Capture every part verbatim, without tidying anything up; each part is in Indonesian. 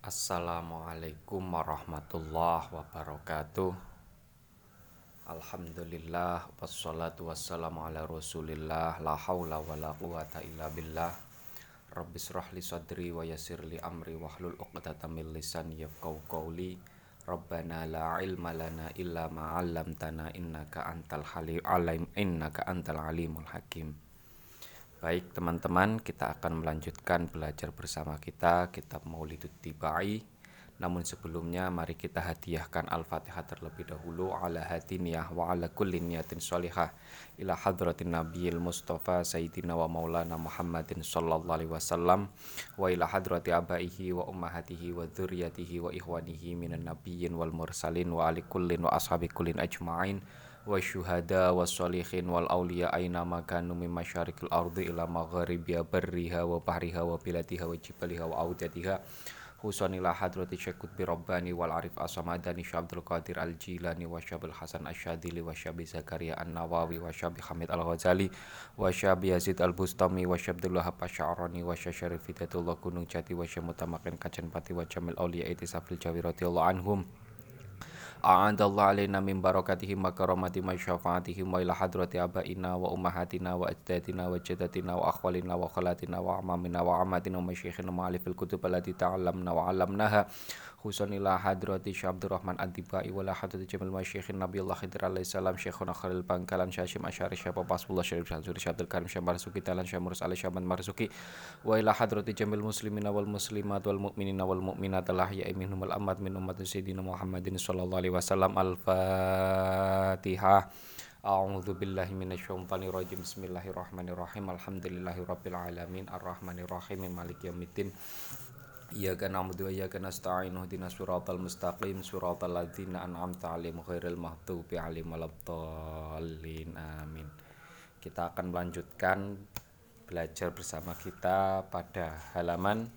Assalamualaikum warahmatullahi wabarakatuh. Alhamdulillah wassalatu wassalamu ala rasulillah. La haula wa la quwata illa billah. Rabbis rahli sadri wa yassir li amri wahlul uqdatam min lisani yafqahu qawli. Rabbana la ilma lana illa ma 'allamtana innaka antal halim alim innaka antal alimul hakim. Baik teman-teman, kita akan melanjutkan belajar bersama kita kitab Maulidut Tibai. Namun sebelumnya mari kita hadiahkan Al-Fatihah terlebih dahulu ala hatiniyah wa ala kulli niyatin sholihah ila hadratin nabiyil mustafa sayyidina wa maulana Muhammadin sallallahu alaihi wasallam wa ila hadrati abaihi wa ummahatihi wa dzurriyyatihi wa ikhwanihi minan nabiyyin wal mursalin wa ali kullin wa ashabi kullin ajma'in wa syuhada wa sholihin wal awliya aina makanu min masyarikil ardi ila magharibiha barriha wa bahriha wa biladiha wa jibaliha wa audatiha husanila hadrati syekut bi rabbani wal arif asamadani syabdul qadir al jilani wa syabil hasan asyadili wa syabi zakaria an nawawi wa syabi hamid al ghazali wa syabi yazid al bustami wa syabdul wahab asy'arani wa syarif fidatullah gunung jati wa syamutamakin kacan pati wa jamil awliya itisafil jawi radhiyallahu anhum. A'adallahu alaina min barakatihim wa karamati ma syafaatihim wa ila hadrati abaina wa ummahatina wa ajdatina wa jaddatina wa akhwalina wa khalatina wa amamina wa amatina wa masyikhina wa alifil kutub allati ta'allamna wa 'allamnaha husanila hadrati Syabdur Rahman Ad-Dibai wa la hadrati jamil masyikhin Nabiyullah Khidir alaihi salam Syekhuna Khalil Bangkalan Syashim Asy'ari Syekh Pasbullah Syarif Syamsuri Syabdul Karim Syekh Marzuki Talan Syekh Murus alaihi Syamad Marzuki wa ila hadrati jamil muslimina wal muslimat wal mu'minina wal mu'minat al-ahya'i minhum wal amwat min ummati sayyidina Muhammadin sallallahu alaihi wasallam. Al-Fatihah. A'udzu billahi minasyaitonir rajim. Bismillahirrahmanirrahim. Alhamdulillahirabbil alamin arrahmanir rahim maliki yaumiddin. Iyyaka na'budu wa iyyaka nasta'in ihdinas siratal mustaqim siratal ladzina an'amta 'alaihim ghairil maghdubi 'alaihim waladdallin. Amin. Kita akan melanjutkan belajar bersama kita pada halaman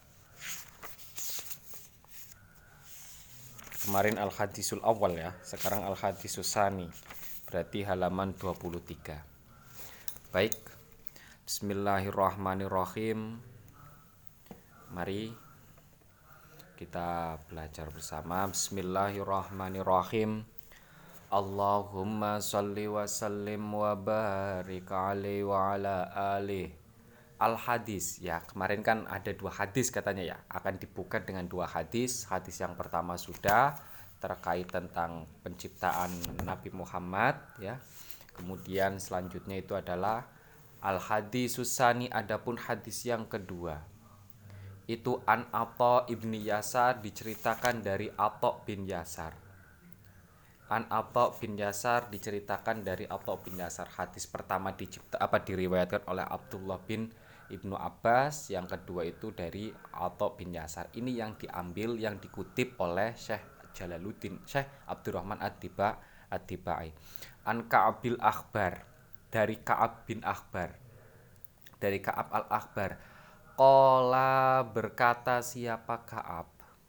kemarin al-hadisul awal ya, sekarang al-hadisus sani, berarti halaman dua puluh tiga. Baik, bismillahirrahmanirrahim. Mari kita belajar bersama. Bismillahirrahmanirrahim. Allahumma sholli wa sallim wa barik alaihi wa ala alihi. Al-hadis ya, kemarin kan ada dua hadis katanya ya, akan dibuka dengan dua hadis. Hadis yang pertama sudah terkait tentang penciptaan Nabi Muhammad ya. Kemudian selanjutnya itu adalah al-hadisus sani, adapun hadis yang kedua itu an Atha ibni Yasar, diceritakan dari Atha bin Yasar. An Atha bin Yasar diceritakan dari Atha bin Yasar. Hadis pertama dicipta apa diriwayatkan oleh Abdullah bin Ibnu Abbas, yang kedua itu dari Atha bin Yasar. Ini yang diambil, yang dikutip oleh Syekh Jalaluddin Syekh Abdurrahman Ad-Diba Ad-Dibai. An Ka'abil Akhbar, dari Ka'ab bin Akhbar, dari Ka'ab al-Akhbar. Qala, berkata siapa Ka'ab?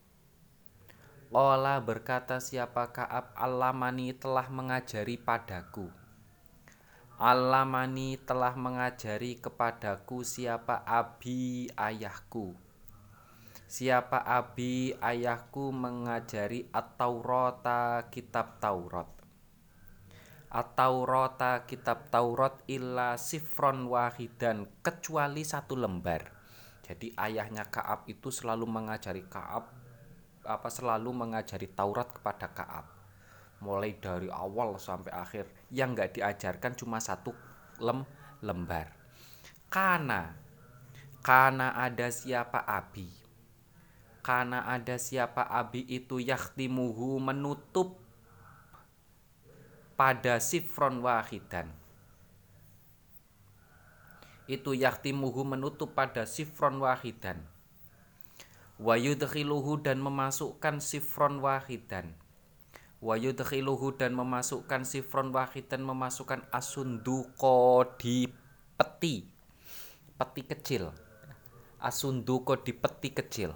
Qala, berkata siapa Ka'ab? Alamani, telah mengajari padaku. Alamani, telah mengajari kepadaku siapa abi, ayahku. Siapa abi, ayahku mengajari at-Taurata, kitab Taurat. At-Taurata, kitab Taurat, illa sifron wahidan, kecuali satu lembar. Jadi ayahnya Ka'ab itu selalu mengajari Ka'ab apa selalu mengajari Taurat kepada Ka'ab. Mulai dari awal sampai akhir, yang enggak diajarkan cuma satu lem, lembar. Kana, kana ada siapa abi. Kana ada siapa abi itu yakhtimuhu, menutup pada sifron wahidan. Itu yakhtimuhu, menutup pada sifron wahidan. Wa yudkhiluhu, dan memasukkan sifron wahidan. Wa yudkhiluhu, dan memasukkan sifron wahidan, memasukkan asunduko di peti. Peti kecil. Asunduko di peti kecil.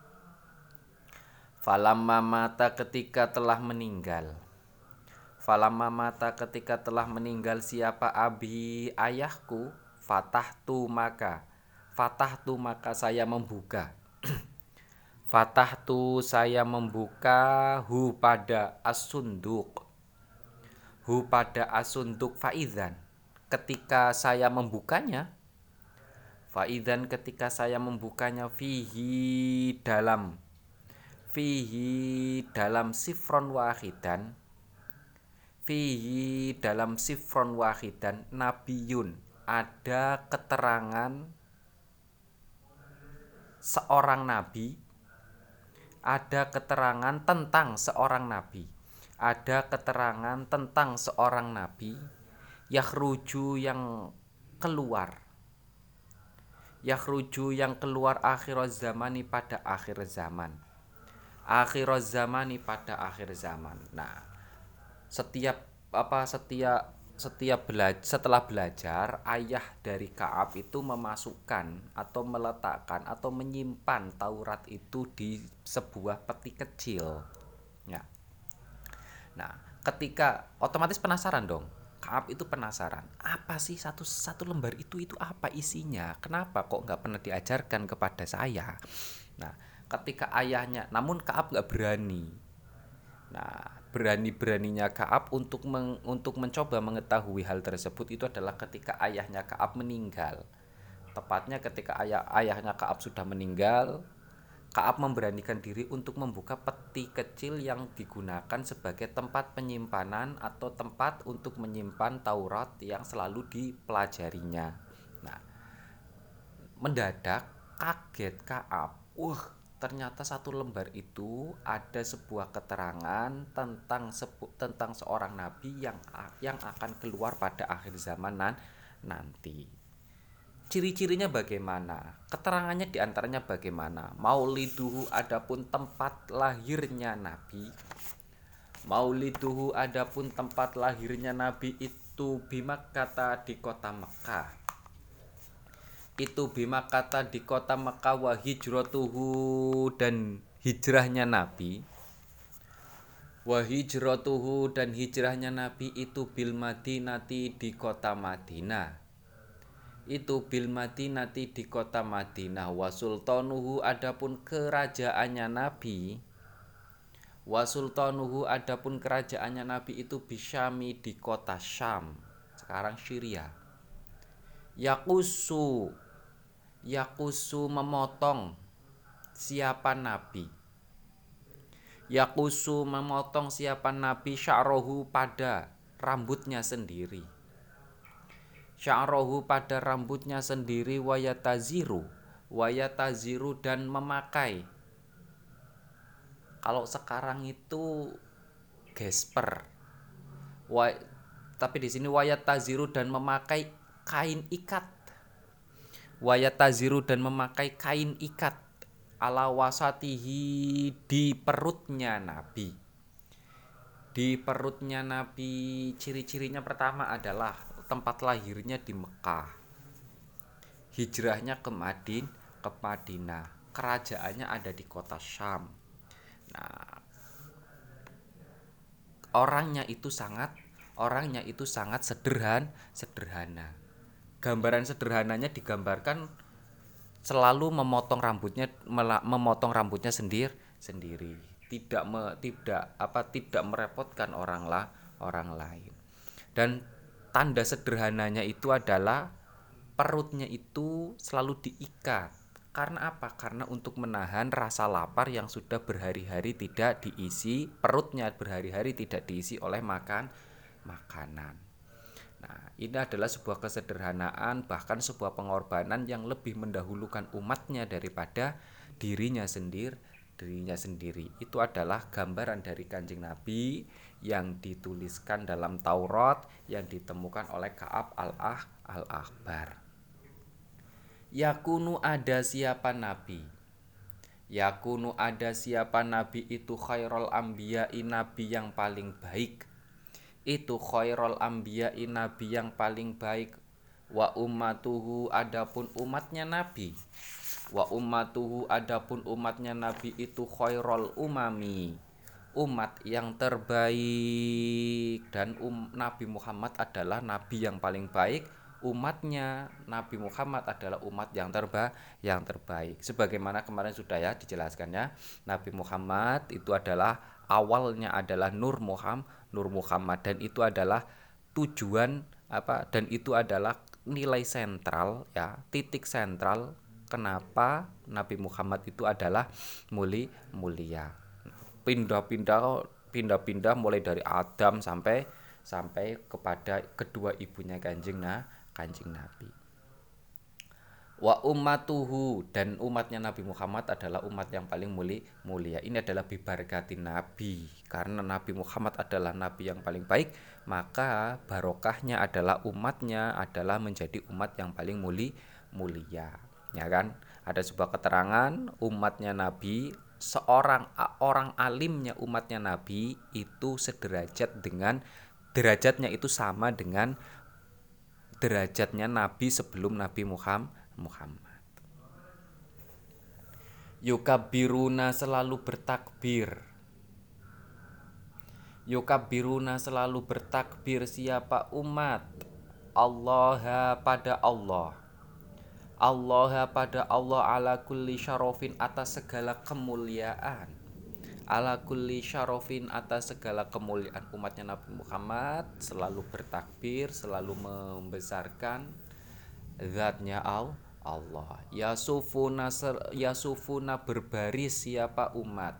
Falamma mata, ketika telah meninggal. Falamma mata, ketika telah meninggal siapa abi, ayahku. Fatahtu maka Fatahtu maka saya membuka Fatahtu saya membuka hu pada as-sunduk. Hu pada as-sunduk faizan. Ketika saya membukanya, faizan ketika saya membukanya fihi dalam fihi dalam sifron wahidan fihi dalam sifron wahidan nabiyun, ada keterangan seorang nabi, ada keterangan tentang seorang nabi, ada keterangan tentang seorang nabi, yakhruju yang keluar, yakhruju yang keluar akhir zamani pada akhir zaman, akhir zamani pada akhir zaman. Nah, setiap apa setiap setiap belajar setelah belajar, ayah dari Ka'ab itu memasukkan atau meletakkan atau menyimpan Taurat itu di sebuah peti kecil. Ya. Nah, ketika otomatis penasaran dong. Ka'ab itu penasaran, apa sih satu satu lembar itu itu apa isinya? Kenapa kok nggak pernah diajarkan kepada saya? Nah, ketika ayahnya, namun Ka'ab nggak berani. Nah, berani-beraninya Ka'ab untuk meng, untuk mencoba mengetahui hal tersebut itu adalah ketika ayahnya Ka'ab meninggal. Tepatnya ketika ayah ayahnya Ka'ab sudah meninggal, Ka'ab memberanikan diri untuk membuka peti kecil yang digunakan sebagai tempat penyimpanan atau tempat untuk menyimpan Taurat yang selalu dipelajarinya. Nah, mendadak kaget Ka'ab. Wah, ternyata satu lembar itu ada sebuah keterangan tentang sebu, tentang seorang nabi yang yang akan keluar pada akhir zaman nan, nanti. Ciri-cirinya bagaimana? Keterangannya diantaranya bagaimana? Mauliduhu adapun tempat lahirnya nabi. Mauliduhu adapun tempat lahirnya nabi itu bimakkata di kota Mekah. Itu bima kata di kota Mekah, wa hijratuhu dan hijrahnya Nabi, wa hijratuhu dan hijrahnya Nabi itu bil Madinati di kota Madinah, itu bil Madinati di kota Madinah, wa sultanuhu adapun kerajaannya Nabi, wa sultanuhu adapun kerajaannya Nabi itu bisyami di kota Syam, sekarang Syria. Yakusu Yakusu memotong siapa nabi. Yakusu memotong siapa nabi sya'rohu pada rambutnya sendiri. Sya'rohu pada rambutnya sendiri, wayataziru wayataziru dan memakai. Kalau sekarang itu gesper. Wa, tapi di sini wayataziru dan memakai kain ikat. Wayataziru dan memakai kain ikat ala wasatihi di perutnya Nabi. Di perutnya Nabi, ciri-cirinya pertama adalah tempat lahirnya di Mekah. Hijrahnya ke Madin, ke Madinah. Kerajaannya ada di kota Syam. Nah, orangnya itu sangat orangnya itu sangat sederhana, sederhana. Gambaran sederhananya digambarkan selalu memotong rambutnya memotong rambutnya sendiri sendiri tidak me, tidak apa tidak merepotkan orang lah orang lain. Dan tanda sederhananya itu adalah perutnya itu selalu diikat. Karena apa? Karena untuk menahan rasa lapar yang sudah berhari-hari tidak diisi, perutnya berhari-hari tidak diisi oleh makan makanan. Nah, ini adalah sebuah kesederhanaan, bahkan sebuah pengorbanan yang lebih mendahulukan umatnya daripada dirinya sendiri, dirinya sendiri. Itu adalah gambaran dari Kanjeng Nabi yang dituliskan dalam Taurat yang ditemukan oleh Ka'ab al-Ah al-Akhbar. Yakunu ada siapa nabi? Yakunu ada siapa nabi itu khairul anbiya'i, nabi yang paling baik. Itu khairul anbiya'i, nabi yang paling baik. Wa ummatuhu adapun umatnya nabi. Wa ummatuhu adapun umatnya nabi itu khairul umami, umat yang terbaik. Dan um, Nabi Muhammad adalah nabi yang paling baik, umatnya Nabi Muhammad adalah umat yang terba yang terbaik. Sebagaimana kemarin sudah ya dijelaskan ya, Nabi Muhammad itu adalah awalnya adalah Nur Muhammad, Nur Muhammad dan itu adalah tujuan apa dan itu adalah nilai sentral ya, titik sentral kenapa Nabi Muhammad itu adalah muli mulia. Pindah-pindah pindah-pindah mulai dari Adam sampai sampai kepada kedua ibunya Kanjeng nah Kanjeng Nabi. Wa ummatuhu dan umatnya Nabi Muhammad adalah umat yang paling muli, mulia. Ini adalah bibarkati Nabi. Karena Nabi Muhammad adalah Nabi yang paling baik, maka barokahnya adalah umatnya adalah menjadi umat yang paling muli, mulia. Ya kan? Ada sebuah keterangan umatnya Nabi, seorang orang alimnya umatnya Nabi itu sederajat dengan derajatnya itu sama dengan derajatnya Nabi sebelum Nabi Muhammad. Muhammad. Yukabiruna selalu bertakbir. Yukabiruna selalu bertakbir siapa umat? Allah pada Allah. Allah pada Allah ala kulli syarofin atas segala kemuliaan. Ala kulli syarofin atas segala kemuliaan umatnya Nabi Muhammad selalu bertakbir, selalu membesarkan zatnya Allah. Allah Yasufuna Yasufuna berbaris siapa umat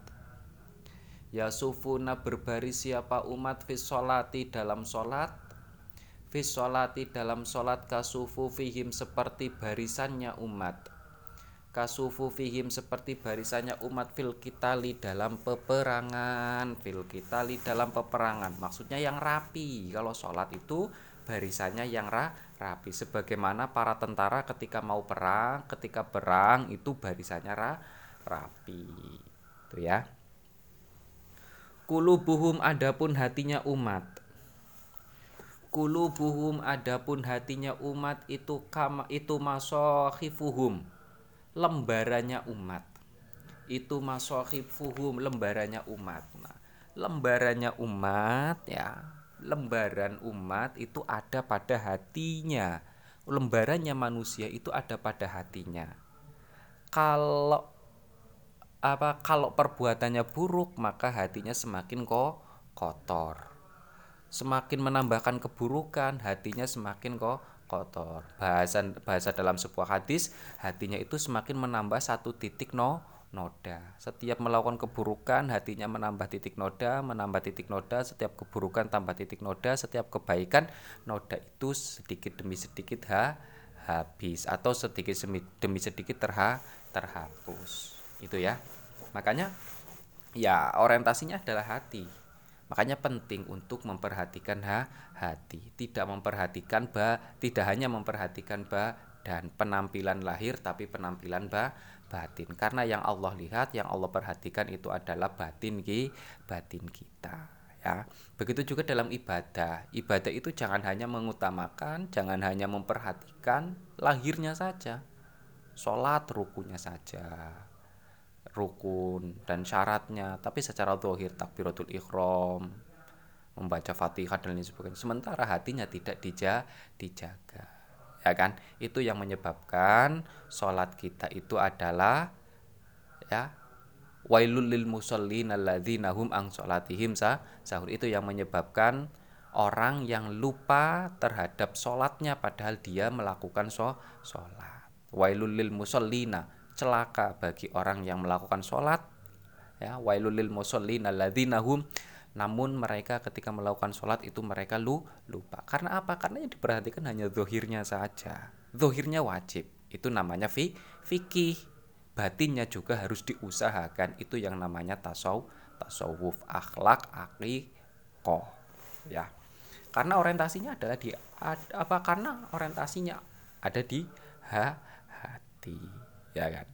Yasufuna berbaris siapa umat Fis sholati dalam sholat Fis sholati dalam sholat Kasufu fihim seperti barisannya umat Kasufu fihim seperti barisannya umat Fil kitali dalam peperangan Fil kitali dalam peperangan maksudnya yang rapi. Kalau sholat itu barisannya yang ra, rapi sebagaimana para tentara ketika mau perang, ketika perang itu barisannya ra, rapi. Itu ya. Qulubuhum adapun hatinya umat. Qulubuhum adapun hatinya umat itu kama itu masakhifuhum. Lembarannya umat. Itu masakhifuhum lembarannya umat. Nah, lembarannya umat ya. Lembaran umat itu ada pada hatinya. Lembarannya manusia itu ada pada hatinya. Kalau apa kalau perbuatannya buruk maka hatinya semakin kok kotor. Semakin menambahkan keburukan hatinya semakin kok kotor. Bahasa bahasa dalam sebuah hadis hatinya itu semakin menambah satu titik no noda. Setiap melakukan keburukan hatinya menambah titik noda, menambah titik noda, setiap keburukan tambah titik noda, setiap kebaikan noda itu sedikit demi sedikit ha, habis atau sedikit demi sedikit terha, terhapus. Itu ya. Makanya ya orientasinya adalah hati. Makanya penting untuk memperhatikan ha, hati, tidak memperhatikan ba, tidak hanya memperhatikan ba dan penampilan lahir tapi penampilan ba batin. Karena yang Allah lihat, yang Allah perhatikan itu adalah batin ki, batin kita, ya. Begitu juga dalam ibadah. Ibadah itu jangan hanya mengutamakan, jangan hanya memperhatikan lahirnya saja. Salat rukunnya saja. Rukun dan syaratnya, tapi secara zahir takbiratul ihram, membaca Fatihah dan lain sebagainya. Sementara hatinya tidak dija, dijaga. Ya kan? Itu yang menyebabkan sholat kita itu adalah ya wailul lil musallin alladzina hum an sholatihim sahur. Itu yang menyebabkan orang yang lupa terhadap sholatnya padahal dia melakukan sholat. Wailul lil musallina, celaka bagi orang yang melakukan sholat ya. Wailul lil musallin alladzina hum, namun mereka ketika melakukan sholat itu mereka lu, lupa. Karena apa? Karena yang diperhatikan hanya zohirnya saja. Zohirnya wajib. Itu namanya fi, fikih. Batinnya juga harus diusahakan. Itu yang namanya tasaw, tasawuf, akhlak, aqiqah. Ya. Karena orientasinya adalah di apa? Karena orientasinya ada di ha, hati. Ya kan?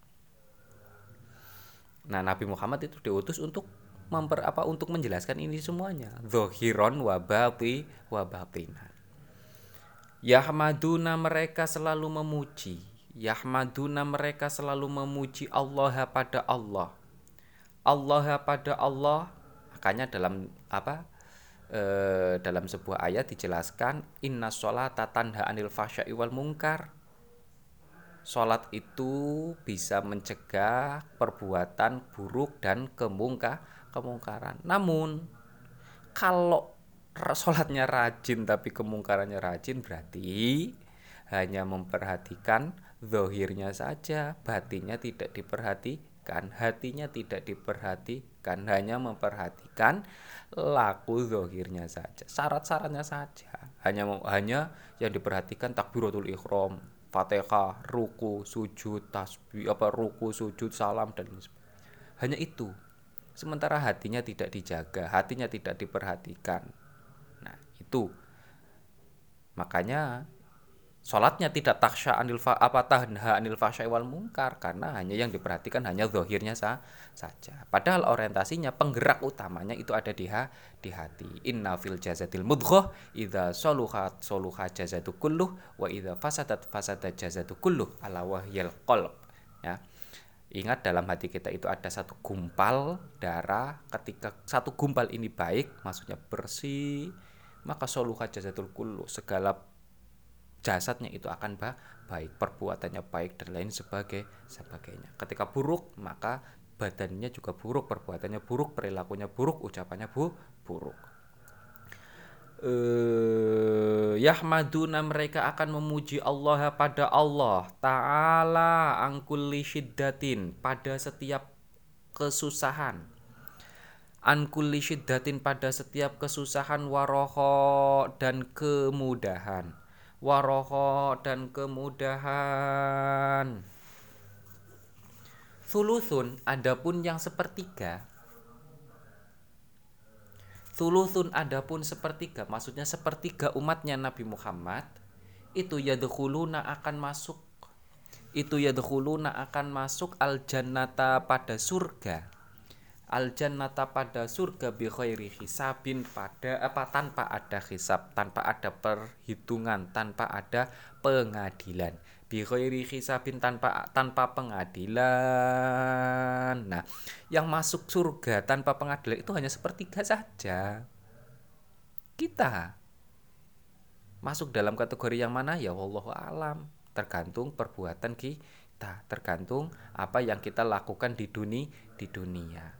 Nah, Nabi Muhammad itu diutus untuk memper apa untuk menjelaskan ini semuanya, zahiron wa bati wa batinan. Yahmaduna mereka selalu memuji, Yahmaduna mereka selalu memuji Allah pada Allah. Allah pada Allah. Makanya dalam apa? eh, dalam sebuah ayat dijelaskan inna sholata tanha anil fahsya'i wal munkar. Sholat itu bisa mencegah perbuatan buruk dan kemungka, kemungkaran. Namun kalau sholatnya rajin tapi kemungkarannya rajin, berarti hanya memperhatikan zahirnya saja, batinnya tidak diperhatikan, hatinya tidak diperhatikan, hanya memperhatikan laku zahirnya saja, syarat-syaratnya saja. Hanya hanya yang diperhatikan takbiratul ihram, Fatihah, ruku, sujud, tasbih, apa ruku, sujud, salam dan sebagainya. Hanya itu. Sementara hatinya tidak dijaga, hatinya tidak diperhatikan. Nah, itu. Makanya sholatnya tidak taksya anil fa, apa tanha anil fahsya'i wal munkar, karena hanya yang diperhatikan hanya zahirnya sa, saja. Padahal orientasinya, penggerak utamanya itu ada di ha, di hati. Inna fil jazatil mudghah idza saluhat saluha jazatu kulluh wa idza fasadat fasadat jazatu kulluh ala wahyal qalb. Ya. Ingat, dalam hati kita itu ada satu gumpal darah. Ketika satu gumpal ini baik, maksudnya bersih, maka saluha jazatul kulluh, segala jasadnya itu akan baik, perbuatannya baik dan lain sebagai sebagainya. Ketika buruk, maka badannya juga buruk, perbuatannya buruk, perilakunya buruk, ucapannya bu, buruk. Uh, Yahmaduna, mereka akan memuji Allah pada Allah Ta'ala angkulli syiddatin, pada setiap kesusahan, angkulli syiddatin, pada setiap kesusahan, waroho dan kemudahan, waroho dan kemudahan. Sulusun, adapun yang sepertiga. Sulusun, adapun sepertiga, maksudnya sepertiga umatnya Nabi Muhammad itu yadkhuluna akan masuk, itu yadkhuluna akan masuk al jannata pada surga, al jannata pada surga bi ghairi hisabin, pada apa tanpa ada hisab, tanpa ada perhitungan, tanpa ada pengadilan. Bi ghairi hisabin, tanpa tanpa pengadilan. Nah, yang masuk surga tanpa pengadilan itu hanya sepertiga saja. Kita masuk dalam kategori yang mana? Ya wallahu alam, tergantung perbuatan kita, tergantung apa yang kita lakukan di dunia di dunia.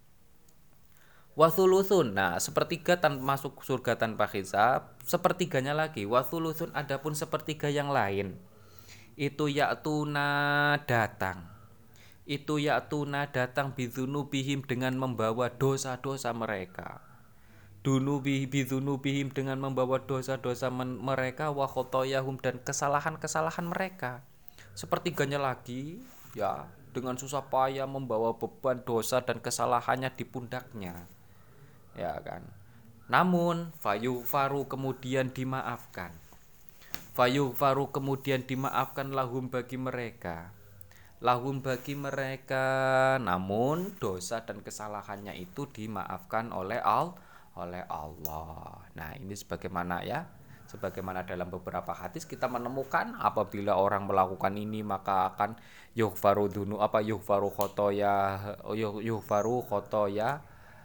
Wasulusun, nah sepertiga tan masuk surga tanpa hisab, sepertiganya lagi wasulusun, adapun sepertiga yang lain itu ya'tuna datang, itu ya'tuna datang bidzunubihim dengan membawa dosa-dosa mereka, dunubi bidzunubihim dengan membawa dosa-dosa mereka, wa khotoyahum dan kesalahan-kesalahan mereka. Sepertiganya lagi ya dengan susah payah membawa beban dosa dan kesalahannya di pundaknya, ya kan. Namun fayufaru, kemudian dimaafkan, fayufaru kemudian dimaafkan lahum bagi mereka, lahum bagi mereka, namun dosa dan kesalahannya itu dimaafkan oleh Allah, oleh Allah. Nah, ini sebagaimana ya, sebagaimana dalam beberapa hadis kita menemukan apabila orang melakukan ini maka akan yughfaru dunu apa yughfaru khotoya yughfaru khotoya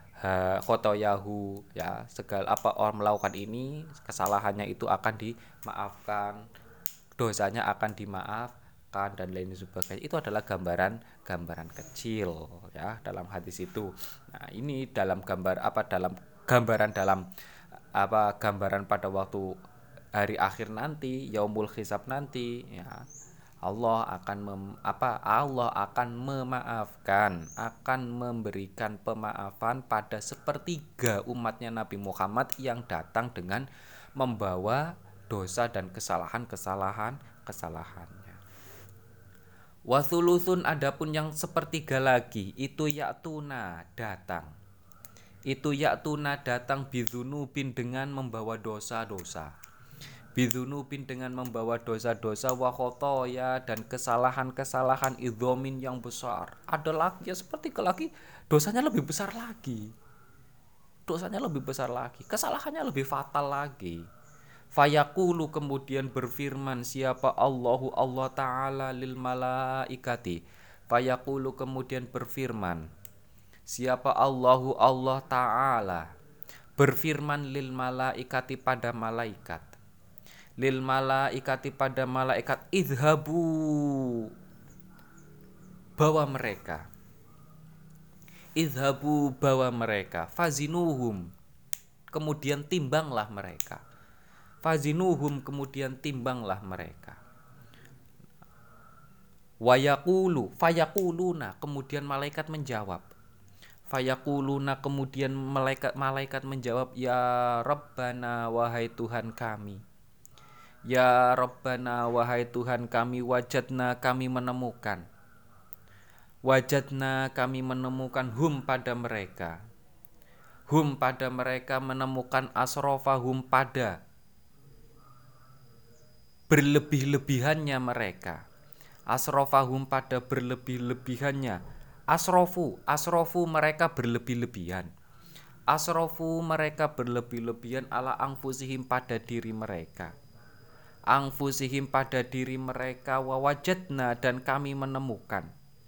khotoyahu, ya, segala apa orang melakukan ini kesalahannya itu akan dimaafkan, dosanya akan dimaafkan dan lain sebagainya. Itu adalah gambaran gambaran kecil ya dalam hadis itu. Nah, ini dalam gambar apa dalam gambaran dalam apa gambaran pada waktu hari akhir nanti, yaumul hisab nanti, ya. Allah akan mem, apa Allah akan memaafkan, akan memberikan pemaafan pada sepertiga umatnya Nabi Muhammad yang datang dengan membawa dosa dan kesalahan-kesalahan kesalahannya. Wasulusun, adapun yang sepertiga lagi itu ya'tuna datang, itu ya'tuna datang bidzunubin dengan membawa dosa-dosa, bidzunubin dengan membawa dosa-dosa, wa khotoya dan kesalahan-kesalahan idzomin yang besar. Ada lagi ya seperti lagi dosanya lebih besar lagi, dosanya lebih besar lagi, kesalahannya lebih fatal lagi. Fayaqulu, kemudian berfirman siapa Allahu Allah Ta'ala lil malaikati, fayaqulu kemudian berfirman siapa Allahu Allah Ta'ala berfirman lil malaikati pada malaikat, lil malaikati pada malaikat, idhabu bawa mereka, idhabu bawa mereka, fazinuhum kemudian timbanglah mereka, fazinuhum kemudian timbanglah mereka. Wayaqulu fayaquluna kemudian malaikat menjawab, fayaquluna kemudian malaikat malaikat menjawab, ya Rabbana wahai Tuhan kami, ya Rabbana wahai Tuhan kami, wajadna kami menemukan, wajadna kami menemukan hum pada mereka, hum pada mereka menemukan asrofahum pada berlebih-lebihannya mereka, asrofahum pada berlebih-lebihannya, asrofu asrofu mereka berlebih-lebihan, asrofu mereka berlebih-lebihan ala angfusihim pada diri mereka, angfusihim pada diri mereka, wawajadna dan kami menemukan,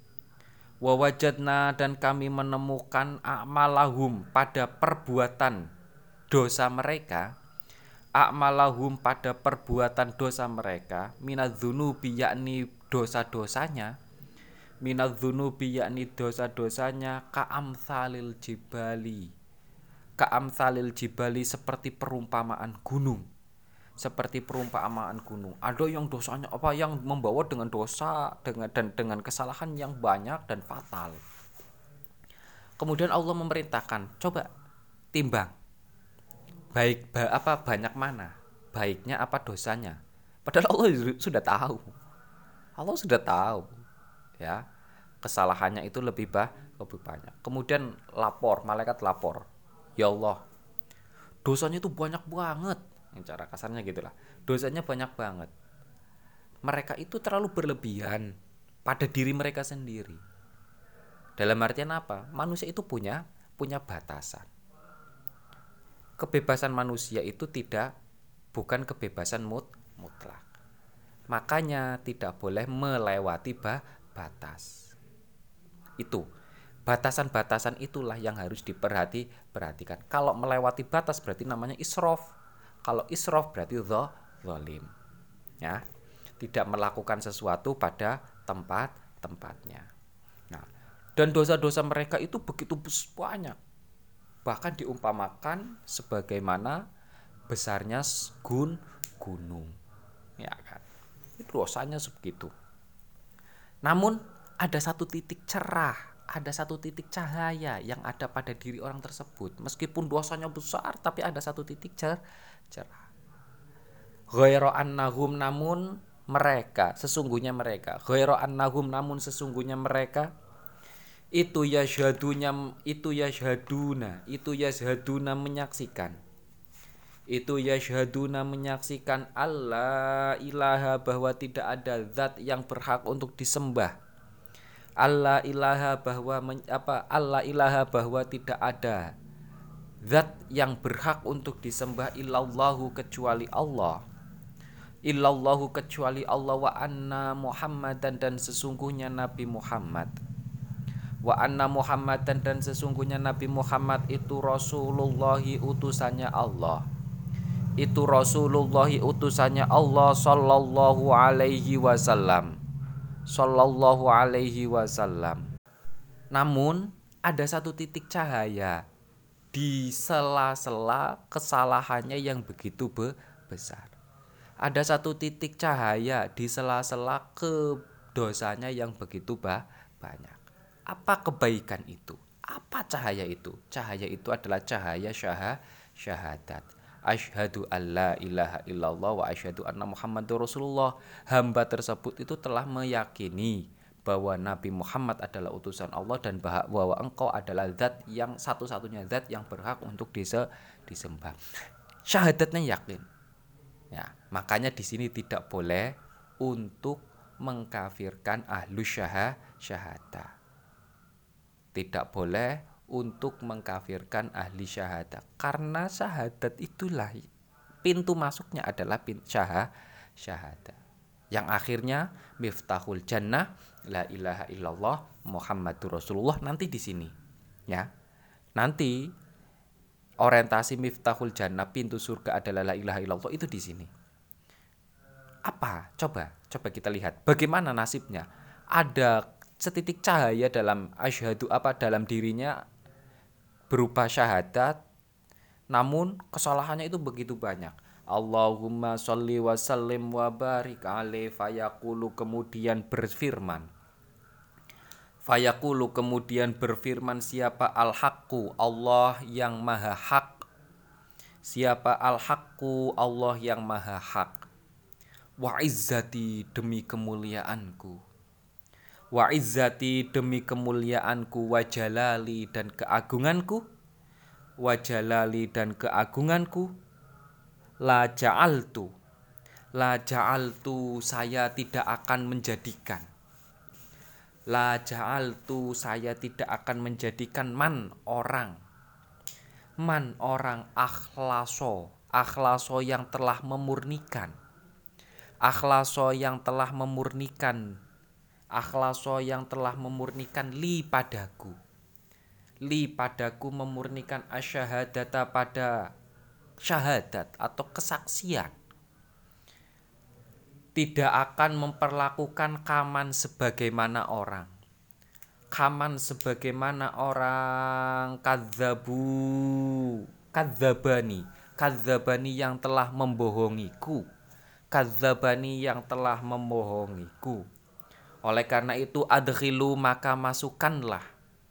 wawajadna dan kami menemukan a'malahum pada perbuatan dosa mereka, a'malahum pada perbuatan dosa mereka, minadzunubi yakni dosa-dosanya, minadzunubi yakni dosa-dosanya, ka'amsalil jibali, ka'amsalil jibali seperti perumpamaan gunung, seperti perumpamaan gunung. Ada yang dosanya apa yang membawa dengan dosa dengan dan dengan kesalahan yang banyak dan fatal. Kemudian Allah memerintahkan, coba timbang. Baik ba, apa banyak mana? Baiknya apa dosanya? Padahal Allah sudah tahu. Allah sudah tahu. Ya. Kesalahannya itu lebih bah, lebih banyak. Kemudian lapor, malaikat lapor. Ya Allah, dosanya itu banyak banget. Yang cara kasarnya gitulah. Dosanya banyak banget. Mereka itu terlalu berlebihan pada diri mereka sendiri. Dalam artian apa? Manusia itu punya punya batasan. Kebebasan manusia itu tidak bukan kebebasan mut, mutlak. Makanya tidak boleh melewati bah, batas. Itu batasan-batasan itulah yang harus diperhati perhatikan. Kalau melewati batas berarti namanya israf. Kalau israf berarti zalim. Ya, tidak melakukan sesuatu pada tempat-tempatnya. Nah, dan dosa-dosa mereka itu begitu banyak. Bahkan diumpamakan sebagaimana besarnya gun gunung. Ya kan? Itu dosanya sebegitu. Namun ada satu titik cerah, ada satu titik cahaya yang ada pada diri orang tersebut. Meskipun dosanya besar, tapi ada satu titik cer cerah. Ghairu annahum namun mereka, sesungguhnya mereka. Ghairu annahum namun sesungguhnya mereka. Itu yashhadunya, itu yashhaduna, itu yashhaduna menyaksikan. Itu yashhaduna menyaksikan Allah ilaha bahwa tidak ada zat yang berhak untuk disembah. Allah ilaha bahwa men, apa Allah ilaha bahwa tidak ada zat yang berhak untuk disembah illallahu kecuali Allah, illallahu kecuali Allah, wa anna Muhammadan dan sesungguhnya Nabi Muhammad, wa anna Muhammadan dan sesungguhnya Nabi Muhammad itu Rasulullahi utusannya Allah, itu Rasulullahi utusannya Allah sallallahu alaihi wasallam, sallallahu alaihi wasallam. Namun ada satu titik cahaya di sela-sela kesalahannya yang begitu be- besar. Ada satu titik cahaya di sela-sela kedosanya yang begitu bah- banyak. Apa kebaikan itu? Apa cahaya itu? Cahaya itu adalah cahaya syah- syahadat. Asyhadu alla ilaha illallah wa asyhadu anna Muhammadur Rasulullah. Hamba tersebut itu telah meyakini bahwa Nabi Muhammad adalah utusan Allah dan bahwa engkau adalah zat yang satu-satunya zat yang berhak untuk dise- disembah. Syahadatnya yakin. Ya, makanya di sini tidak boleh untuk mengkafirkan ahlu syah syahadah. Tidak boleh untuk mengkafirkan ahli syahadat, karena syahadat itulah pintu masuknya adalah pintu syah syahadat yang akhirnya miftahul jannah la ilaha illallah Muhammadur Rasulullah. Nanti di sini ya, nanti orientasi miftahul jannah, pintu surga adalah la ilaha illallah, itu di sini. Apa? Coba, coba kita lihat bagaimana nasibnya. Ada setitik cahaya dalam asyhadu apa dalam dirinya berupa syahadat, namun kesalahannya itu begitu banyak. Allahumma sholli wa sallim wa barik alaihi, fayaqulu kemudian berfirman. Fayaqulu kemudian berfirman siapa al-haqqu, Allah yang maha hak. Siapa al-haqqu, Allah yang maha hak. Wa izzati demi kemuliaanku. Wa izzati demi kemuliaanku, wa jalali dan keagunganku. Wa jalali dan keagunganku. La ja'altu. La ja'altu saya tidak akan menjadikan. La ja'altu saya tidak akan menjadikan man orang. Man orang akhlaso. Akhlaso yang telah memurnikan. Akhlaso yang telah memurnikan. Akhlaso yang telah memurnikan li padaku. Li padaku memurnikan asyhadata pada syahadat atau kesaksian. Tidak akan memperlakukan kaman sebagaimana orang. Kaman sebagaimana orang kadzabu. Kadzabani. Kadzabani yang telah membohongiku. Kadzabani yang telah membohongiku. Oleh karena itu adkhilu maka masukkanlah.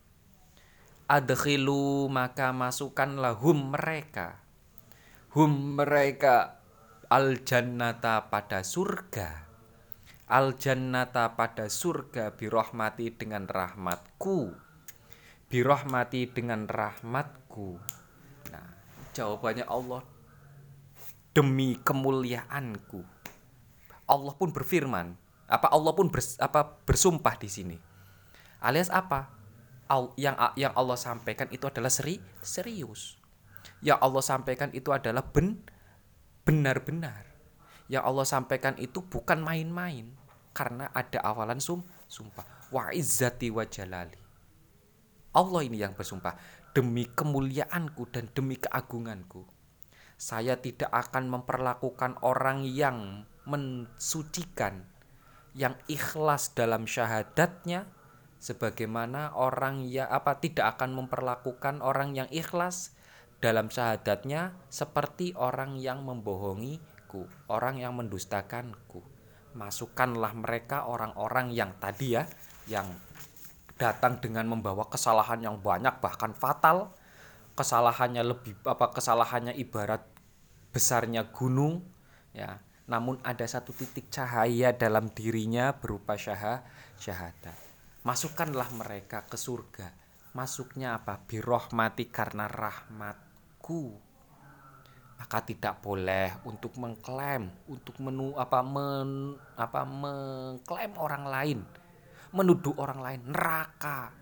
Adkhilu maka masukkanlah hum mereka. Hum mereka al jannata pada surga. Al jannata pada surga birahmati dengan rahmatku. Birahmati dengan rahmatku. Nah, jawabannya Allah demi kemuliaanku. Allah pun berfirman, apa Allah pun bers, apa bersumpah di sini. Alias apa? Al, yang yang Allah sampaikan itu adalah seri, serius. Yang Allah sampaikan itu adalah ben benar-benar. Yang Allah sampaikan itu bukan main-main, karena ada awalan sum, sumpah. Wa izzati wa jalali. Allah ini yang bersumpah, demi kemuliaanku dan demi keagunganku. Saya tidak akan memperlakukan orang yang mensucikan, yang ikhlas dalam syahadatnya, sebagaimana orang yang apa tidak akan memperlakukan orang yang ikhlas dalam syahadatnya seperti orang yang membohongiku, orang yang mendustakanku. Masukkanlah mereka orang-orang yang tadi ya, yang datang dengan membawa kesalahan yang banyak bahkan fatal. Kesalahannya lebih apa kesalahannya ibarat besarnya gunung ya. Namun ada satu titik cahaya dalam dirinya berupa syah, syahadat. Masukkanlah mereka ke surga. Masuknya apa? Birahmati karena rahmatku. Maka tidak boleh untuk mengklaim, untuk menu apa men, apa mengklaim orang lain, menuduh orang lain neraka.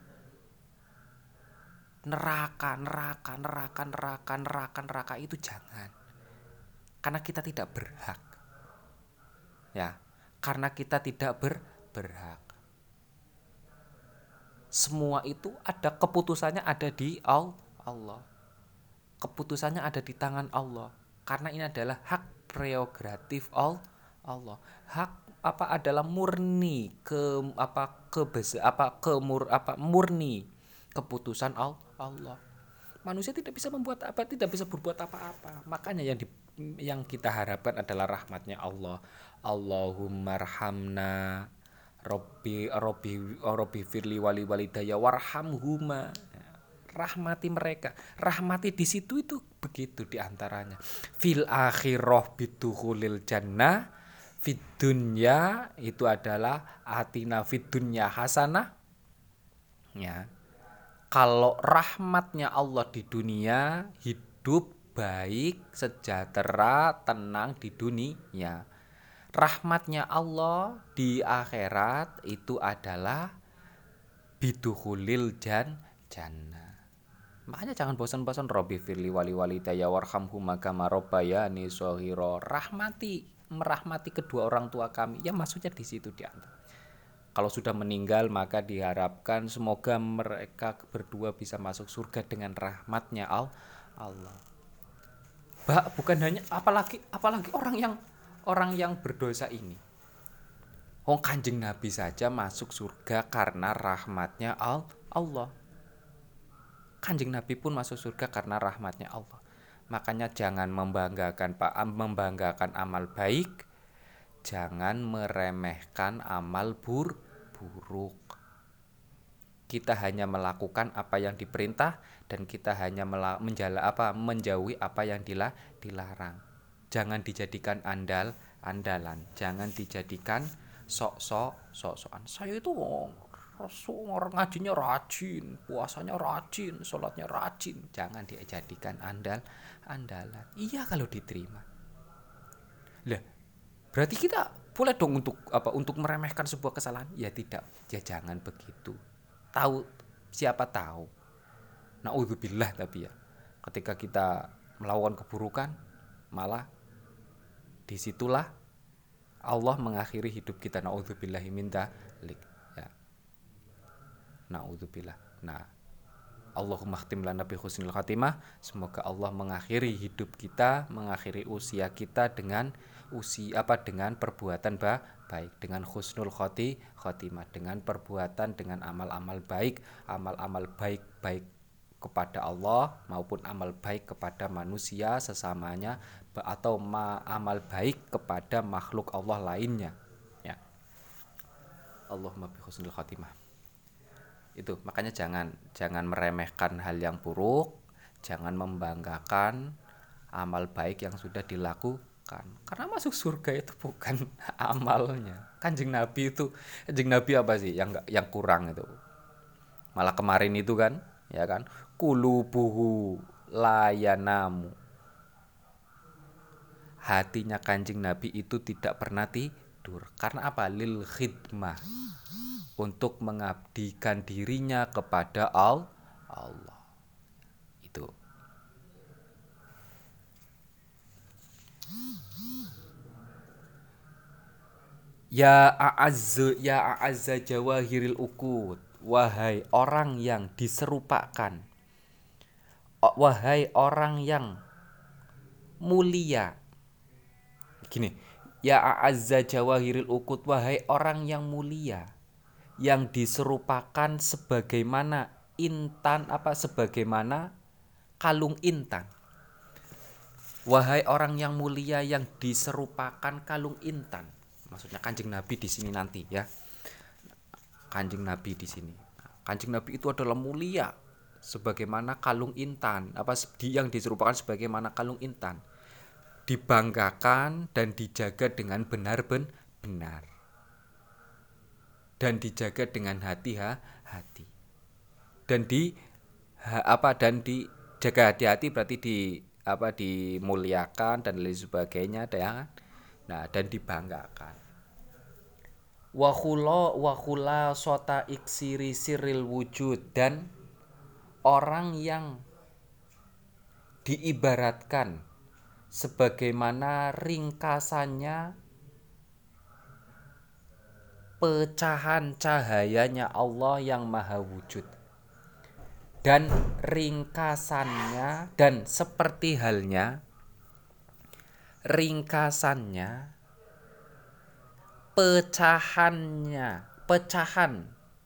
Neraka, neraka, neraka, neraka, neraka, neraka itu jangan. Karena kita tidak berhak. Ya, karena kita tidak ber, berhak. Semua itu ada keputusannya ada di Allah. Keputusannya ada di tangan Allah. Karena ini adalah hak prerogatif Allah. Hak apa adalah murni ke apa kebesa apa kemur apa murni keputusan Allah. Manusia tidak bisa membuat apa, tidak bisa berbuat apa-apa. Makanya yang di, yang kita harapkan adalah rahmatnya Allah. Allahumma arhamna Robbi Robbi Robbi firli wali walidaya warhamhuma. Rahmati mereka. Rahmati di situ itu begitu diantaranya. Fil akhirah bidukhulil jannah. Fid dunya itu adalah atina fid dunya hasanah. Ya. Kalau rahmatnya Allah di dunia, hidup baik, sejahtera, tenang di dunia. Rahmatnya Allah di akhirat itu adalah bidukhulil jan jannah. Makanya jangan bosan-bosan Robbi firli wali walidaya warhamhuma kama rabbayani shaghira. Rahmati, merahmati kedua orang tua kami. Ya maksudnya di situ di antara. Kalau sudah meninggal maka diharapkan semoga mereka berdua bisa masuk surga dengan rahmatnya Allah. Bah, bukan hanya apalagi apalagi orang yang orang yang berdosa ini. Oh, Kanjeng Nabi saja masuk surga karena rahmatnya Allah. Kanjeng Nabi pun masuk surga karena rahmatnya Allah. Makanya jangan membanggakan Pak membanggakan amal baik, jangan meremehkan amal bur buruk. Kita hanya melakukan apa yang diperintah dan kita hanya menjala apa menjauhi apa yang dilah, dilarang. Jangan dijadikan andal andalan, jangan dijadikan sok-sok sok-sokan. Saya itu Rasul orang ngajinya rajin, puasanya rajin, sholatnya rajin. Jangan dijadikan andal andalan. Iya kalau diterima. Lah, berarti kita boleh dong untuk apa? Untuk meremehkan sebuah kesalahan? Ya tidak. Ya jangan begitu. Tahu siapa tahu. Naudzubillah tapi ya. Ketika kita melakukan keburukan, malah disitulah Allah mengakhiri hidup kita. Naudzubillahi min dzalik. Ya. Naudzubillah. Nah, Allahumma khtim lana bi husnil khatimah. Semoga Allah mengakhiri hidup kita, mengakhiri usia kita dengan usia apa dengan perbuatan ba, baik, dengan husnul khati khatimah, dengan perbuatan dengan amal-amal baik, amal-amal baik-baik kepada Allah maupun amal baik kepada manusia sesamanya atau ma, amal baik kepada makhluk Allah lainnya. Ya. Allahumma bi husnil khatimah. Itu makanya jangan jangan meremehkan hal yang buruk, jangan membanggakan amal baik yang sudah dilakukan, karena masuk surga itu bukan amalnya. Kanjeng Nabi itu Kanjeng Nabi apa sih yang yang kurang itu, malah kemarin itu kan ya kan kulubuhu layanamu, hatinya Kanjeng Nabi itu tidak pernah tidur. Karena apa? Lil khidmah, untuk mengabdikan dirinya kepada Allah. Itu. Ya a'azza ya a'azza jawahiril uqud, wahai orang yang diserupakan, wahai orang yang mulia. Gini, ya a'azza jawahiril uqud, wahai orang yang mulia, yang diserupakan sebagaimana intan apa sebagaimana kalung intan. Wahai orang yang mulia yang diserupakan kalung intan. Maksudnya Kanjeng Nabi di sini nanti ya. Kanjeng Nabi di sini. Kanjeng Nabi itu adalah mulia sebagaimana kalung intan, apa yang diserupakan sebagaimana kalung intan. Dibanggakan dan dijaga dengan benar-benar. Dan dijaga dengan hati-hati. Dan di apa dan dijaga hati-hati berarti di apa dimuliakan dan lain sebagainya ya. Nah, dan dibanggakan. Wa khula wa khula sota iksiri siril wujud, dan orang yang diibaratkan sebagaimana ringkasannya pecahan cahayanya Allah yang maha wujud, dan ringkasannya dan seperti halnya ringkasannya pecahannya pecahan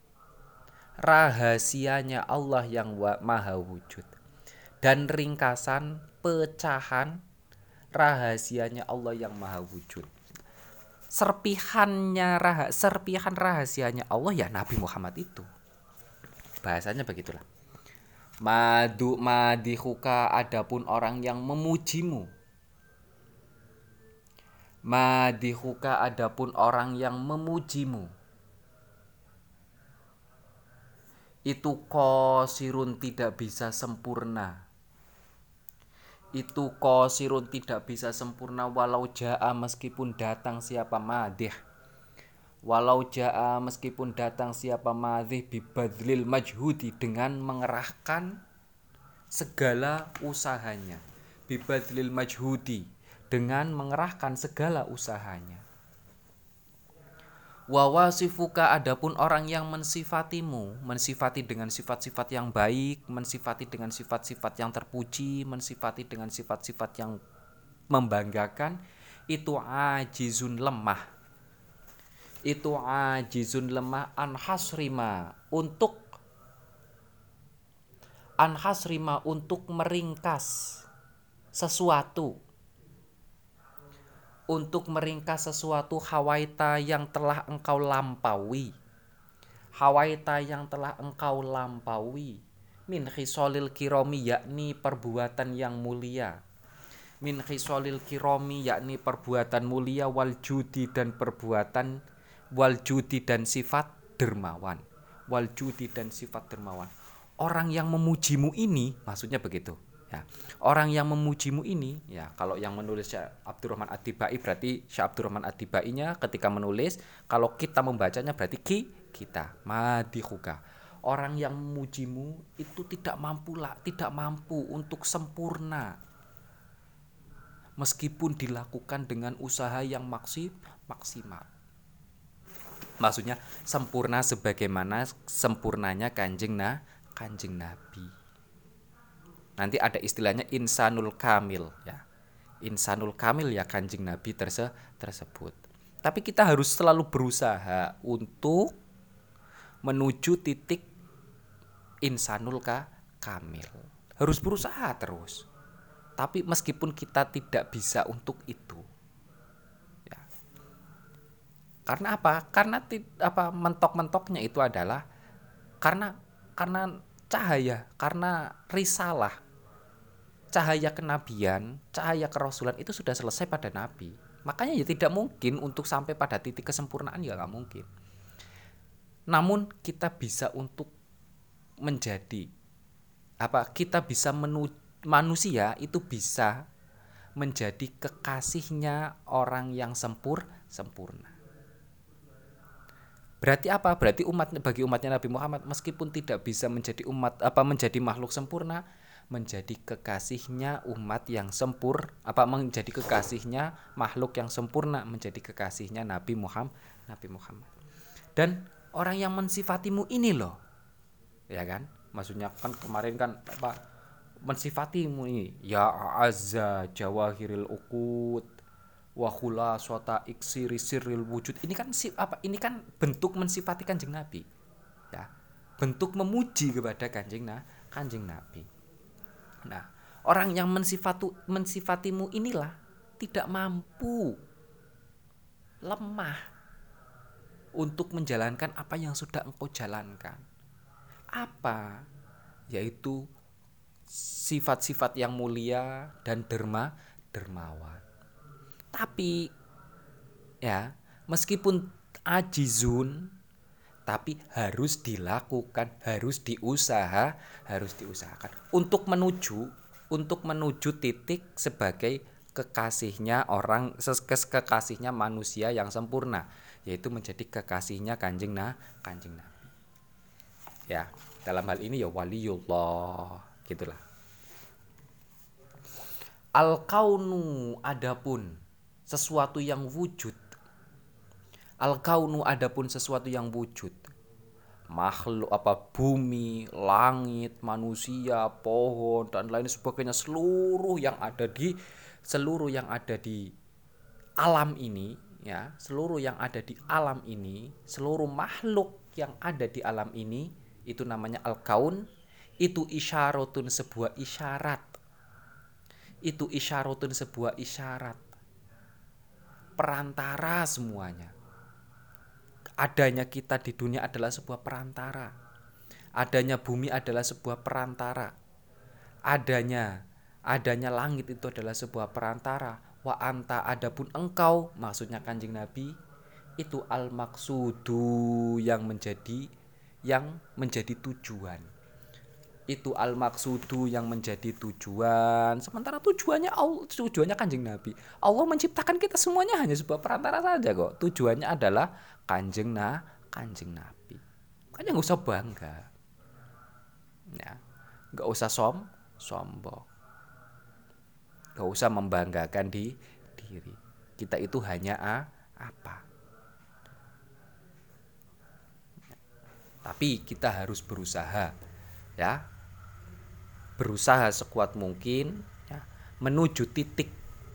rahasianya Allah yang maha wujud, dan ringkasan pecahan rahasianya Allah yang maha wujud. Serpihannya rah serpihan rahasianya Allah ya Nabi Muhammad itu. Bahasanya begitulah. Madu madihuka, adapun orang yang memujimu. Madihuka, adapun orang yang memujimu. Itu qasirun, tidak bisa sempurna. Itu qasirun, tidak bisa sempurna walau jaa, meskipun datang siapa madih. Walau jaa, meskipun datang siapa madih bibadlil majhudi, dengan mengerahkan segala usahanya. Bibadlil majhudi, dengan mengerahkan segala usahanya. Wa wasifuka adapun orang yang mensifatimu, mensifati dengan sifat-sifat yang baik, mensifati dengan sifat-sifat yang terpuji, mensifati dengan sifat-sifat yang membanggakan, itu ajizun lemah. Itu ajizun lemah an hasrima untuk an hasrima untuk meringkas sesuatu. Untuk meringkas sesuatu hawaita yang telah engkau lampaui. Hawaita yang telah engkau lampaui. Min khisolil kiromi yakni perbuatan yang mulia. Min khisolil kiromi yakni perbuatan mulia wal judi dan perbuatan wal judi dan sifat dermawan. Wal judi dan sifat dermawan. Orang yang memujimu ini maksudnya begitu. Ya, orang yang memujimu ini, ya kalau yang menulis Syekh Abdurrahman Ad-Dibai berarti Syekh Abdurrahman Ad-Dibainya ketika menulis, kalau kita membacanya berarti ki kita madihuka. Orang yang memujimu itu tidak mampu lah, tidak mampu untuk sempurna. Meskipun dilakukan dengan usaha yang maksib, maksimal. Maksudnya sempurna sebagaimana sempurnanya kanjeng nah, kanjeng Nabi. Nanti ada istilahnya insanul kamil ya. Insanul kamil ya kanjeng Nabi terse tersebut. Tapi kita harus selalu berusaha untuk menuju titik insanul ka kamil. Harus berusaha terus. Tapi meskipun kita tidak bisa untuk itu. Ya. Karena apa? Karena apa mentok-mentoknya itu adalah karena karena cahaya, karena risalah, cahaya kenabian, cahaya kerasulan itu sudah selesai pada Nabi. Makanya ya tidak mungkin untuk sampai pada titik kesempurnaan ya nggak mungkin. Namun kita bisa untuk menjadi apa? Kita bisa menu, manusia itu bisa menjadi kekasihnya orang yang sempur sempurna. Berarti apa? Berarti umat bagi umatnya Nabi Muhammad meskipun tidak bisa menjadi umat apa menjadi makhluk sempurna, menjadi kekasihnya umat yang sempur apa menjadi kekasihnya makhluk yang sempurna, menjadi kekasihnya Nabi Muhammad Nabi Muhammad. Dan orang yang mensifatimu ini loh. Ya kan? Maksudnya kan kemarin kan apa mensifatimu ini ya azza jawahiril uqud wa khulasata iksiri sirril wujud. Ini kan si, apa ini kan bentuk mensifati Kanjeng Nabi. Ya. Bentuk memuji kepada Kanjeng nah, Kanjeng Nabi. Nah, orang yang mensifatu mensifatimu inilah tidak mampu, lemah untuk menjalankan apa yang sudah engkau jalankan. Apa? Yaitu sifat-sifat yang mulia dan derma dermawan. Tapi ya, meskipun ajizun tapi harus dilakukan, harus diusaha, harus diusahakan untuk menuju untuk menuju titik sebagai kekasihnya orang kekasihnya manusia yang sempurna, yaitu menjadi kekasihnya Kanjeng nah, Kanjeng Nabi. Ya, dalam hal ini ya waliullah, gitulah. Al-kaunu adapun sesuatu yang wujud. Al-kaunu adapun sesuatu yang wujud. Makhluk apa bumi, langit, manusia, pohon dan lain sebagainya, seluruh yang ada di seluruh yang ada di alam ini ya, seluruh yang ada di alam ini, seluruh makhluk yang ada di alam ini itu namanya al-kaun, itu isyaratun sebuah isyarat. Itu isyaratun sebuah isyarat. Perantara semuanya. Adanya kita di dunia adalah sebuah perantara. Adanya bumi adalah sebuah perantara. Adanya adanya langit itu adalah sebuah perantara. Wa anta adapun engkau, maksudnya Kanjeng Nabi, itu al maksudu yang menjadi yang menjadi tujuan. Itu al maksudu yang menjadi tujuan. Sementara tujuannya Allah, tujuannya Kanjeng Nabi. Allah menciptakan kita semuanya hanya sebuah perantara saja kok. Tujuannya adalah Kanjeng nah, Kanjeng Nabi. Makanya nggak usah bangga, ya, nggak usah som, sombong, nggak usah membanggakan di diri. Kita itu hanya a, apa? Tapi kita harus berusaha, ya, berusaha sekuat mungkin, ya, menuju titik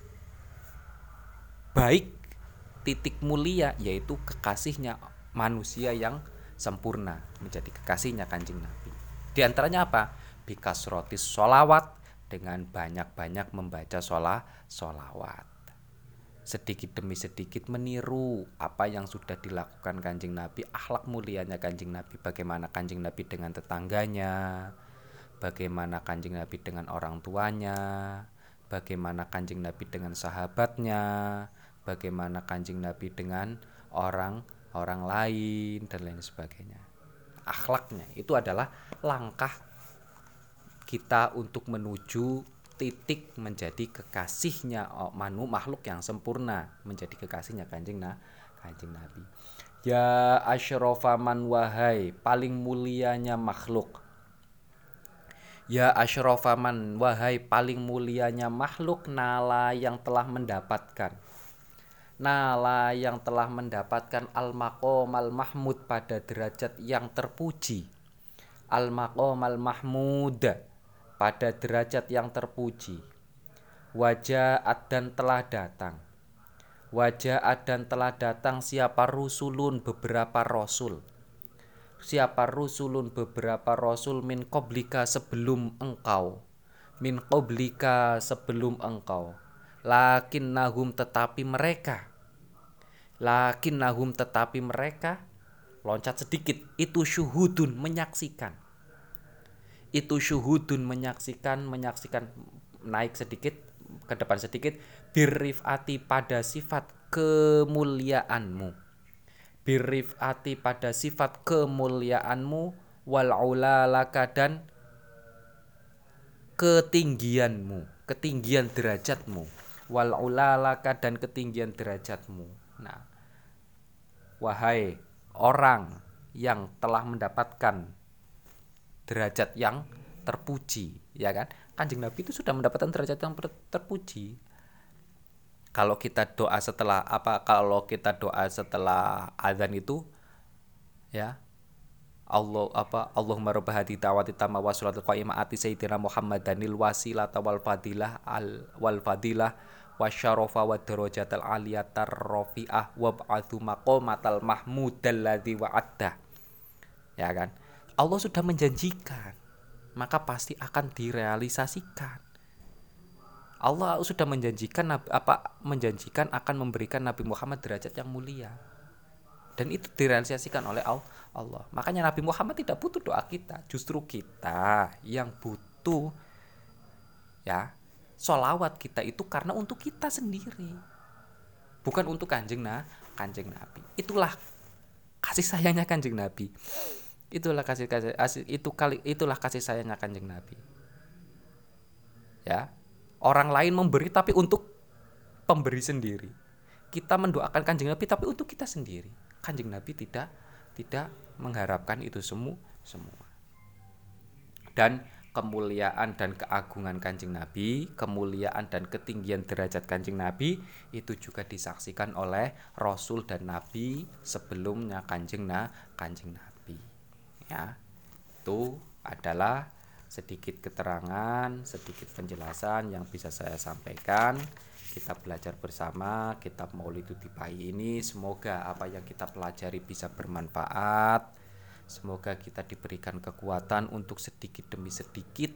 baik, titik mulia, yaitu kekasihnya manusia yang sempurna, menjadi kekasihnya Kanjeng Nabi. Di antaranya apa? Bikasrotis sholawat, dengan banyak-banyak membaca sholah, sholawat. Sedikit demi sedikit meniru apa yang sudah dilakukan Kanjeng Nabi, akhlak mulianya Kanjeng Nabi, bagaimana Kanjeng Nabi dengan tetangganya, bagaimana Kanjeng Nabi dengan orang tuanya, bagaimana Kanjeng Nabi dengan sahabatnya, bagaimana Kanjeng Nabi dengan orang-orang lain dan lain sebagainya. Akhlaknya itu adalah langkah kita untuk menuju titik menjadi kekasihnya manu makhluk yang sempurna, menjadi kekasihnya Kanjeng na Kanjeng Nabi. Ya asyrafa man, wahai paling mulianya makhluk. Ya asyrafa man, wahai paling mulianya makhluk, nala yang telah mendapatkan nala yang telah mendapatkan al-maqam al-mahmud, pada derajat yang terpuji. Al-maqam al-mahmud, pada derajat yang terpuji. Wajaat, dan telah datang. Wajaat, dan telah datang siapa rusulun, beberapa rasul. Siapa rusulun, beberapa rasul, min qablika, sebelum engkau. Min qablika, sebelum engkau. Lakinnahum, tetapi mereka. Lakinnahum, tetapi mereka. Loncat sedikit, itu syuhudun, menyaksikan. Itu syuhudun, menyaksikan, menyaksikan, naik sedikit ke depan sedikit, birrifati, pada sifat kemuliaanmu, birrifati, pada sifat kemuliaanmu, wal ulalaka, dan ketinggianmu, ketinggian derajatmu, wal ulalaka, dan ketinggian derajatmu. Nah, wahai orang yang telah mendapatkan derajat yang terpuji, ya kan? Kanjeng Nabi itu sudah mendapatkan derajat yang terpuji. Kalau kita doa setelah apa? Kalau kita doa setelah azan itu, ya, Allah apa? Allahumma rabb hadhihi da'wati tamma wa sholatil qa'imah ati sayyidina Muhammadanil wasilata wal fadilah al wal fadilah wasyarafa wad darajatal aliyatar rafi'ah wab'atsu maqamatal mahmudal ladzi wa'adta. Ya kan? Allah sudah menjanjikan, maka pasti akan direalisasikan. Allah sudah menjanjikan apa menjanjikan akan memberikan Nabi Muhammad derajat yang mulia. Dan itu direalisasikan oleh Allah. Makanya Nabi Muhammad tidak butuh doa kita, justru kita yang butuh, ya, sholawat kita itu karena untuk kita sendiri, bukan untuk kanjeng nah kanjeng Nabi. Itulah kasih sayangnya kanjeng Nabi. Itulah kasih kasih itu kali itulah kasih sayangnya kanjeng Nabi. Ya, orang lain memberi tapi untuk pemberi sendiri. Kita mendoakan kanjeng Nabi tapi untuk kita sendiri. Kanjeng Nabi tidak tidak mengharapkan itu semua semua. Dan kemuliaan dan keagungan kanjeng Nabi, kemuliaan dan ketinggian derajat kanjeng Nabi itu juga disaksikan oleh Rasul dan Nabi sebelumnya kanjeng na kanjeng Nabi. Ya, itu adalah sedikit keterangan, sedikit penjelasan yang bisa saya sampaikan. Kita belajar bersama kitab Maulidut Tibai ini. Semoga apa yang kita pelajari bisa bermanfaat. Semoga kita diberikan kekuatan untuk sedikit demi sedikit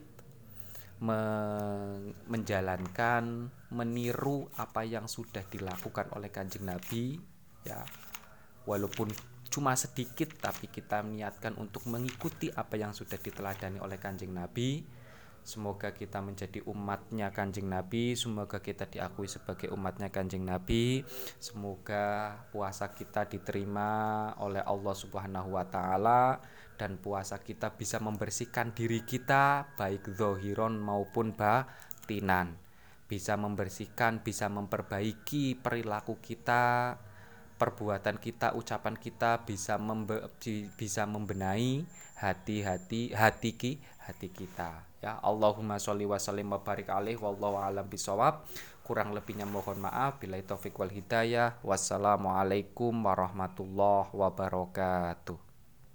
men- menjalankan, meniru apa yang sudah dilakukan oleh kanjeng Nabi. Ya, walaupun cuma sedikit, tapi kita niatkan untuk mengikuti apa yang sudah diteladani oleh kanjeng Nabi. Semoga kita menjadi umatnya kanjeng Nabi. Semoga kita diakui sebagai umatnya kanjeng Nabi. Semoga puasa kita diterima oleh Allah Subhanahu wa ta'ala. Dan puasa kita bisa membersihkan diri kita, baik zahiron maupun batinan. Bisa membersihkan, bisa memperbaiki perilaku kita, perbuatan kita, ucapan kita, bisa membe- bisa membenahi hati-hati hati ki hati kita. Ya, Allahumma sholli wa sallim wa barik alaihi wallahu a'lam bishawab. Kurang lebihnya mohon maaf. Billahi taufik wal hidayah. Wassalamualaikum warahmatullahi wabarakatuh.